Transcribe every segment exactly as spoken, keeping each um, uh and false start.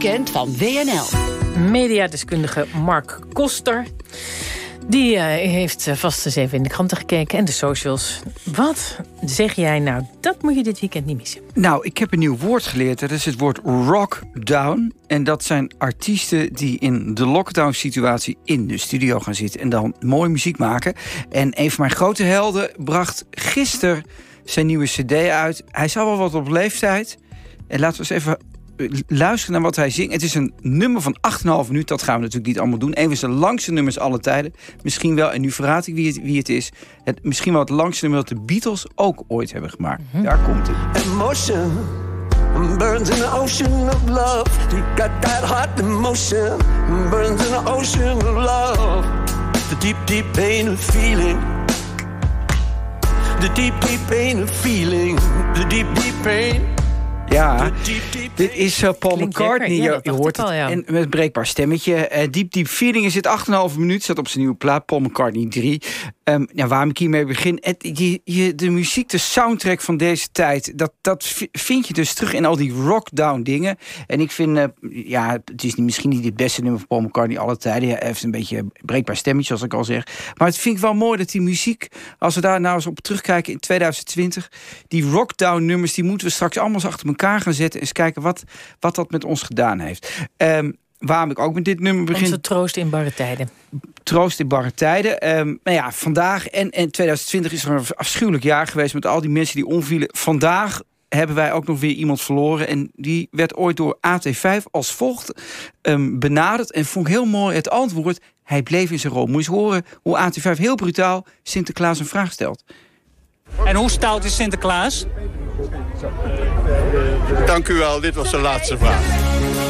weekend van W N L. Mediadeskundige Mark Koster. Die uh, heeft vast eens even in de kranten gekeken en de socials. Wat zeg jij nou? Dat moet je dit weekend niet missen. Nou, ik heb een nieuw woord geleerd. Dat is het woord rockdown. En dat zijn artiesten die in de lockdown-situatie in de studio gaan zitten en dan mooie muziek maken. En een van mijn grote helden bracht gisteren zijn nieuwe cd uit. Hij is al wel wat op leeftijd. En laten we eens even luisteren naar wat hij zingt. Het is een nummer van acht komma vijf minuten. Dat gaan we natuurlijk niet allemaal doen. Een van zijn langste nummers alle tijden. Misschien wel, en nu verraad ik wie het, wie het is. Het, misschien wel het langste nummer dat de Beatles ook ooit hebben gemaakt. Mm-hmm. Daar komt het. Emotion burns in the ocean of love. You got that hot emotion burns in the ocean of love. The deep, deep pain of feeling. The deep, deep pain of feeling. The deep, deep pain. Ja, dit is uh, Paul Klinkt McCartney. Ja, je, je hoort al, ja. het. En met een breekbaar stemmetje. Uh, Deep Deep Feeling is het acht komma vijf minuut. Staat op zijn nieuwe plaat, Paul McCartney drie. Um, ja, waarom ik hiermee begin. Het, je, je, de muziek, de soundtrack van deze tijd. Dat, dat vind je dus terug in al die rockdown dingen. En ik vind, uh, ja, het is misschien niet het beste nummer van Paul McCartney alle tijden. Hij heeft een beetje een breekbaar stemmetje, zoals ik al zeg. Maar het vind ik wel mooi dat die muziek, als we daar nou eens op terugkijken in tweeduizend twintig... die rockdown nummers, die moeten we straks allemaal eens achter elkaar gaan zetten. Eens kijken wat, wat dat met ons gedaan heeft. Um, waarom ik ook met dit nummer begin. Onze troost in barre tijden. Troost in barre tijden. Um, nou ja, vandaag en, en tweeduizend twintig is er een afschuwelijk jaar geweest met al die mensen die omvielen. Vandaag hebben wij ook nog weer iemand verloren. En die werd ooit door A T vijf als volgt um, benaderd. En vond ik heel mooi het antwoord. Hij bleef in zijn rol. Moet je eens horen hoe A T vijf heel brutaal Sinterklaas een vraag stelt. En hoe stout is Sinterklaas? Dank u wel, dit was de laatste vraag.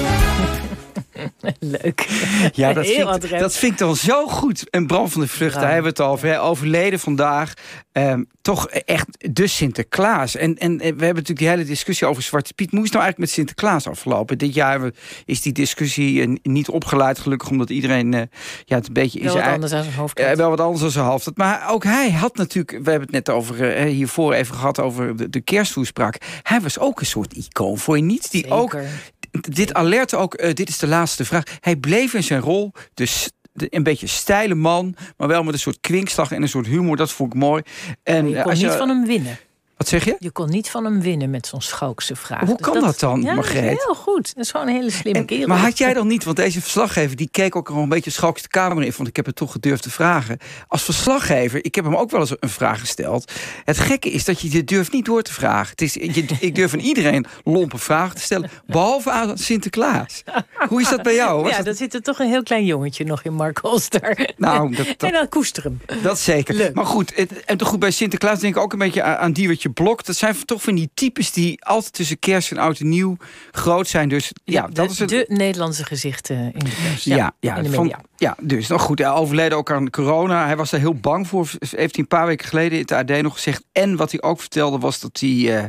Leuk. Ja, dat vind, ik, dat vind ik dan zo goed. En Bram van der Vlucht, ja. Daar hebben we het over. Hè, overleden vandaag. Um, toch echt de Sinterklaas. En, en we hebben natuurlijk die hele discussie over Zwarte Piet. Hoe is nou eigenlijk met Sinterklaas afgelopen? Dit jaar is die discussie uh, niet opgeleid, gelukkig, omdat iedereen uh, ja, het een beetje in zijn zijn anders aan zijn hoofd uh, wel wat anders aan zijn hoofd. Maar ook hij had natuurlijk, we hebben het net over uh, hiervoor even gehad over de, de kersttoespraak. Hij was ook een soort icoon, voor je niet? Die Zeker. ook dit alert ook, uh, dit is de laatste vraag. Hij bleef in zijn rol, dus de, een beetje steile man, maar wel met een soort kwinkslag en een soort humor. Dat vond ik mooi. En je kon als niet je, van hem winnen. Wat zeg je? Je kon niet van hem winnen met zo'n schoukse vraag. Hoe dus kan dat, dat dan, ja, Margreet? Dat is heel goed. Dat is gewoon een hele slimme en, kerel. Maar had jij dan niet, want deze verslaggever die keek ook nog een beetje schalks de kamer in, want ik heb het toch gedurfd te vragen. Als verslaggever, ik heb hem ook wel eens een vraag gesteld. Het gekke is dat je dit durft niet door te vragen. Het is, je, ik durf aan iedereen lompe vragen te stellen, behalve aan Sinterklaas. Hoe is dat bij jou? Was ja, dat... dat zit er toch een heel klein jongetje nog in, Mark Koster. Nou, dat, dat... En dan koester hem. Dat zeker. Leuk. Maar goed, het, en goed, bij Sinterklaas denk ik ook een beetje aan, aan Diewertje Blok. Dat zijn toch van die types die altijd tussen kerst en oud en nieuw groot zijn. Dus ja, ja, de, dat is het. De Nederlandse gezichten in de pers. Ja, ja, ja, in de van, media. ja, dus nog goed. Hij overleden ook aan corona. Hij was daar heel bang voor. Heeft hij een paar weken geleden in het A D nog gezegd. En wat hij ook vertelde was dat hij Uh,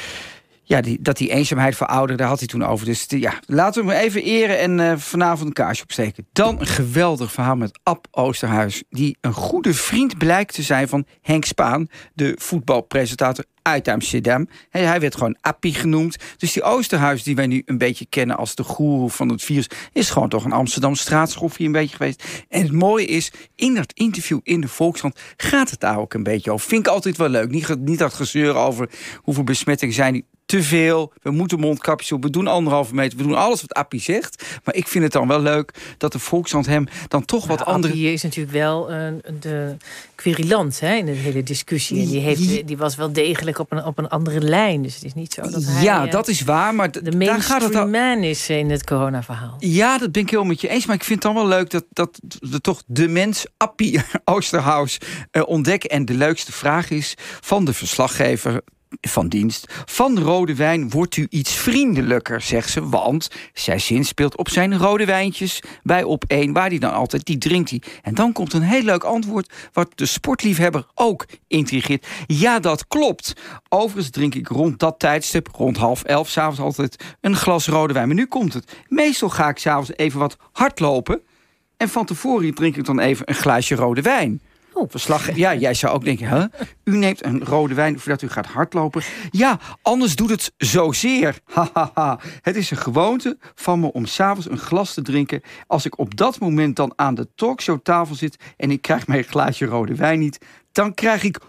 Ja, die, dat die eenzaamheid voor ouderen, daar had hij toen over. Dus die, ja, laten we hem even eren en uh, vanavond een kaarsje opsteken. Dan een geweldig verhaal met Ab Oosterhuis, die een goede vriend blijkt te zijn van Henk Spaan, de voetbalpresentator uit Amsterdam. Hey, hij werd gewoon Appie genoemd. Dus die Oosterhuis, die wij nu een beetje kennen als de goeroe van het virus, is gewoon toch een Amsterdam straatschoffie een beetje geweest. En het mooie is, in dat interview in de Volkskrant gaat het daar ook een beetje over. Vind ik altijd wel leuk. Niet, niet dat gezeur over hoeveel besmettingen zijn die. Te veel, we moeten mondkapjes op, we doen anderhalve meter, we doen alles wat Appie zegt. Maar ik vind het dan wel leuk dat de Volkskrant hem dan toch wat ja, andere... Appie is natuurlijk wel uh, de querulant hè, in de hele discussie. En die, heeft, die was wel degelijk op een, op een andere lijn. Dus het is niet zo dat hij ja, uh, dat is waar, maar d- de daar gaat het mainstream al... man is in het coronaverhaal. Ja, dat ben ik heel met je eens. Maar ik vind het dan wel leuk dat, dat de, toch de mens Appie Oosterhuis uh, ontdekken. En de leukste vraag is van de verslaggever van dienst. Van rode wijn wordt u iets vriendelijker, zegt ze. Want zij zinspeelt op zijn rode wijntjes bij Op één, waar hij dan altijd, die drinkt hij. En dan komt een heel leuk antwoord, wat de sportliefhebber ook intrigeert. Ja, dat klopt. Overigens drink ik rond dat tijdstip, rond half elf, 's avonds altijd een glas rode wijn. Maar nu komt het. Meestal ga ik 's avonds even wat hardlopen. En van tevoren drink ik dan even een glaasje rode wijn. Oh. Verslag, ja, jij zou ook denken, huh? U neemt een rode wijn voordat u gaat hardlopen. Ja, anders doet het zozeer. Hahaha. Het is een gewoonte van me om 's avonds een glas te drinken. Als ik op dat moment dan aan de talkshowtafel zit en ik krijg mijn glaasje rode wijn niet, dan krijg ik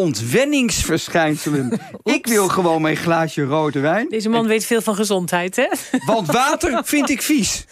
ontwenningsverschijnselen. Ik wil gewoon mijn glaasje rode wijn. Deze man en... weet veel van gezondheid, hè? Want water vind ik vies.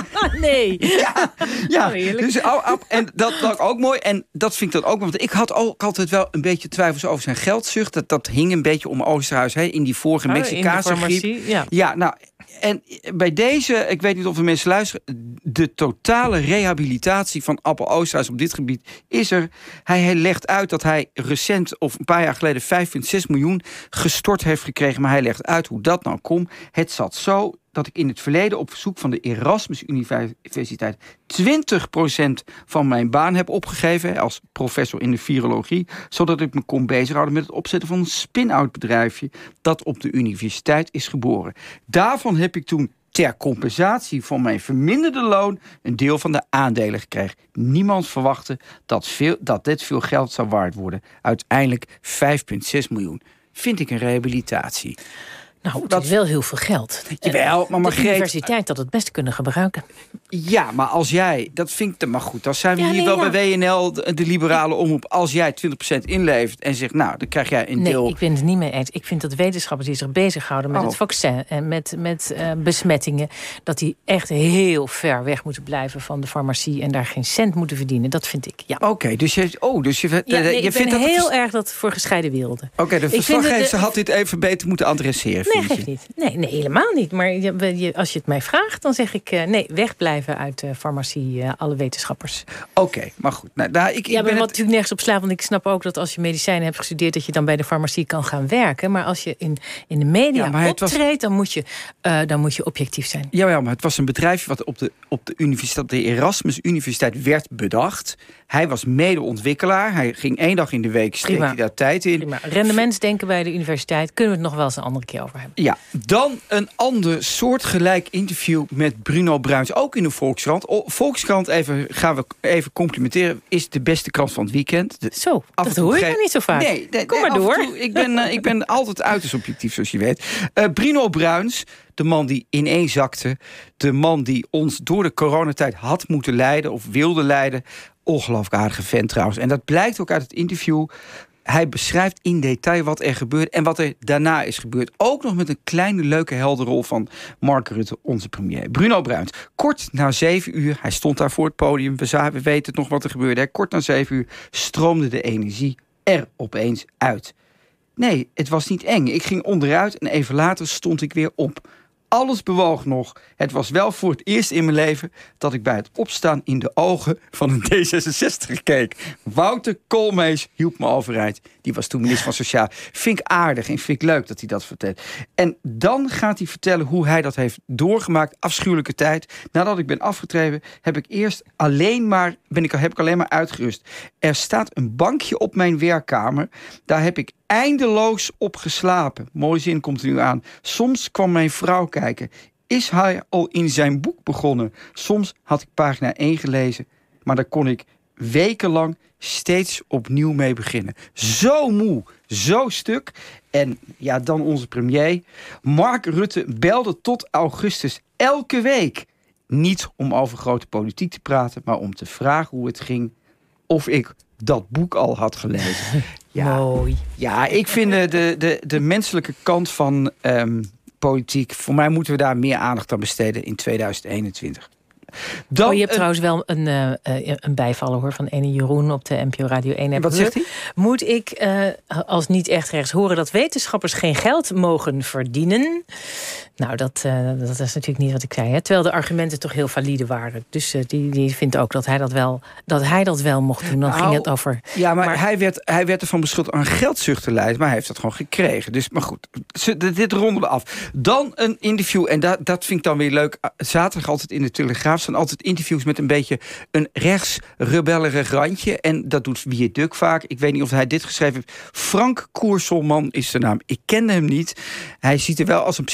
Nee. Ja, ja. Oh, dus, en dat lag ook mooi. En dat vind ik dan ook. Want ik had ook altijd wel een beetje twijfels over zijn geldzucht. Dat, dat hing een beetje om Oosterhuis, hè, in die vorige oh, Mexicaanse griep. Ja. ja, nou. En bij deze, ik weet niet of de mensen luisteren, de totale rehabilitatie van Appel Oosterhuis op dit gebied is er. Hij legt uit dat hij recent, of een paar jaar geleden, vijf komma zes miljoen gestort heeft gekregen. Maar hij legt uit hoe dat nou komt. Het zat zo dat ik in het verleden op verzoek van de Erasmus Universiteit twintig procent van mijn baan heb opgegeven als professor in de virologie, zodat ik me kon bezighouden met het opzetten van een spin-out bedrijfje dat op de universiteit is geboren. Daarvan heb ik toen ter compensatie van mijn verminderde loon een deel van de aandelen gekregen. Niemand verwachtte dat, veel, dat dit veel geld zou waard worden. Uiteindelijk vijf komma zes miljoen. Vind ik een rehabilitatie. Nou, dat is wel heel veel geld. Jawel, maar Margreet, de universiteit had het best kunnen gebruiken. Ja, maar als jij, dat vind ik, maar goed, dan zijn we ja, hier nee, wel ja. bij W N L, de, de liberale omroep. Als jij twintig procent inlevert en zegt, nou, dan krijg jij een nee, deel. Nee, ik ben het niet mee eens. Ik vind dat wetenschappers die zich bezighouden met oh. het vaccin en met, met uh, besmettingen, dat die echt heel ver weg moeten blijven van de farmacie en daar geen cent moeten verdienen. Dat vind ik, ja. Oké, okay, dus je, oh, dus je, ja, nee, je ik vindt ben dat heel het... erg dat voor gescheiden werelden. Oké, okay, de verslaggever had dit even beter moeten adresseren. Nee, geeft niet. Nee, nee, helemaal niet. Maar je, je, als je het mij vraagt, dan zeg ik uh, nee, wegblijven uit de uh, farmacie, uh, alle wetenschappers. Oké, okay, maar goed. Nou, daar, ik, ja, ik maar ben wat het... natuurlijk nergens op slaat, want ik snap ook dat als je medicijnen hebt gestudeerd, dat je dan bij de farmacie kan gaan werken. Maar als je in, in de media ja, optreedt, was... dan, moet je, uh, dan moet je objectief zijn. Ja, ja, maar het was een bedrijfje wat op de, op de universiteit, de Erasmus Universiteit werd bedacht. Hij was medeontwikkelaar. Hij ging één dag in de week, steekte hij daar tijd in. Prima. Rendementsdenken bij de universiteit, kunnen we het nog wel eens een andere keer over hebben. Ja, dan een ander soortgelijk interview met Bruno Bruins, ook in de Volkskrant. O, Volkskrant, even, gaan we even complimenteren, is de beste krant van het weekend. De, Zo, dat hoor je niet zo vaak. Nee, nee, Kom nee, maar door. Toe, ik, ben, uh, ik ben altijd uiterst objectief, zoals je weet. Uh, Bruno Bruins, de man die ineenzakte, de man die ons door de coronatijd had moeten leiden of wilde leiden. Ongelooflijk aardige vent trouwens. En dat blijkt ook uit het interview. Hij beschrijft in detail wat er gebeurt en wat er daarna is gebeurd. Ook nog met een kleine, leuke, helderrol van Mark Rutte, onze premier. Bruno Bruins. Kort na zeven uur, hij stond daar voor het podium. We, zagen, we weten nog wat er gebeurde. Hè. Kort na zeven uur stroomde de energie er opeens uit. Nee, het was niet eng. Ik ging onderuit en even later stond ik weer op. Alles bewoog nog. Het was wel voor het eerst in mijn leven dat ik bij het opstaan in de ogen van een D zesenzestig keek. Wouter Koolmees hielp me overeind. Die was toen minister van Sociaal. Vind ik aardig en vind ik leuk dat hij dat vertelt. En dan gaat hij vertellen hoe hij dat heeft doorgemaakt. Afschuwelijke tijd. Nadat ik ben afgetreden heb ik eerst alleen maar, ben ik, heb ik alleen maar uitgerust. Er staat een bankje op mijn werkkamer. Daar heb ik eindeloos op geslapen. Mooie zin komt er nu aan. Soms kwam mijn vrouw kijken. Is hij al in zijn boek begonnen? Soms had ik pagina één gelezen. Maar daar kon ik wekenlang steeds opnieuw mee beginnen. Zo moe, zo stuk. En ja, dan onze premier. Mark Rutte belde tot augustus elke week. Niet om over grote politiek te praten, maar om te vragen hoe het ging. Of ik dat boek al had gelezen. Ja, mooi. Ja, ik vind de, de, de, de menselijke kant van um, politiek, voor mij moeten we daar meer aandacht aan besteden in tweeduizend eenentwintig. Dan, oh, je hebt uh, trouwens wel een, uh, een bijvaller hoor van ene Jeroen op de N P O Radio één. En wat zegt hij? Moet ik uh, als niet echt rechts horen dat wetenschappers geen geld mogen verdienen? Nou, dat, uh, dat is natuurlijk niet wat ik zei. Hè? Terwijl de argumenten toch heel valide waren. Dus uh, die, die vindt ook dat hij dat wel, dat hij dat wel mocht doen. Dan nou, ging het over. Ja, maar, maar hij, werd, hij werd ervan beschuldigd aan geldzucht te leiden. Maar hij heeft dat gewoon gekregen. Dus, maar goed, dit ronden we af. Dan een interview. En dat, dat vind ik dan weer leuk. Zaterdag altijd in de Telegraaf staan altijd interviews met een beetje een rechtsrebellerig randje. En dat doet Wie Duk vaak. Ik weet niet of hij dit geschreven heeft. Frank Koerselman is de naam. Ik kende hem niet. Hij ziet er wel als een psychiater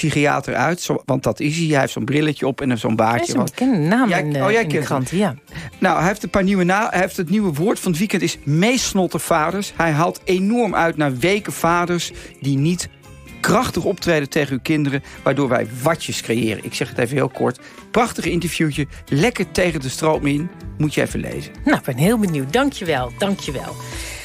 eruit, zo, want dat is hij. Hij heeft zo'n brilletje op en zo'n baardje. Dat is een bekende naam Jij, in, uh, oh, jij in de kent krant, hem. ja. Nou, hij heeft een paar nieuwe na. Hij heeft het nieuwe woord van het weekend is meesnottervaders. Hij haalt enorm uit naar weke vaders die niet krachtig optreden tegen uw kinderen, waardoor wij watjes creëren. Ik zeg het even heel kort. Prachtig interviewtje, lekker tegen de stroom in. Moet je even lezen. Nou, ik ben heel benieuwd. Dank je wel, dank je wel.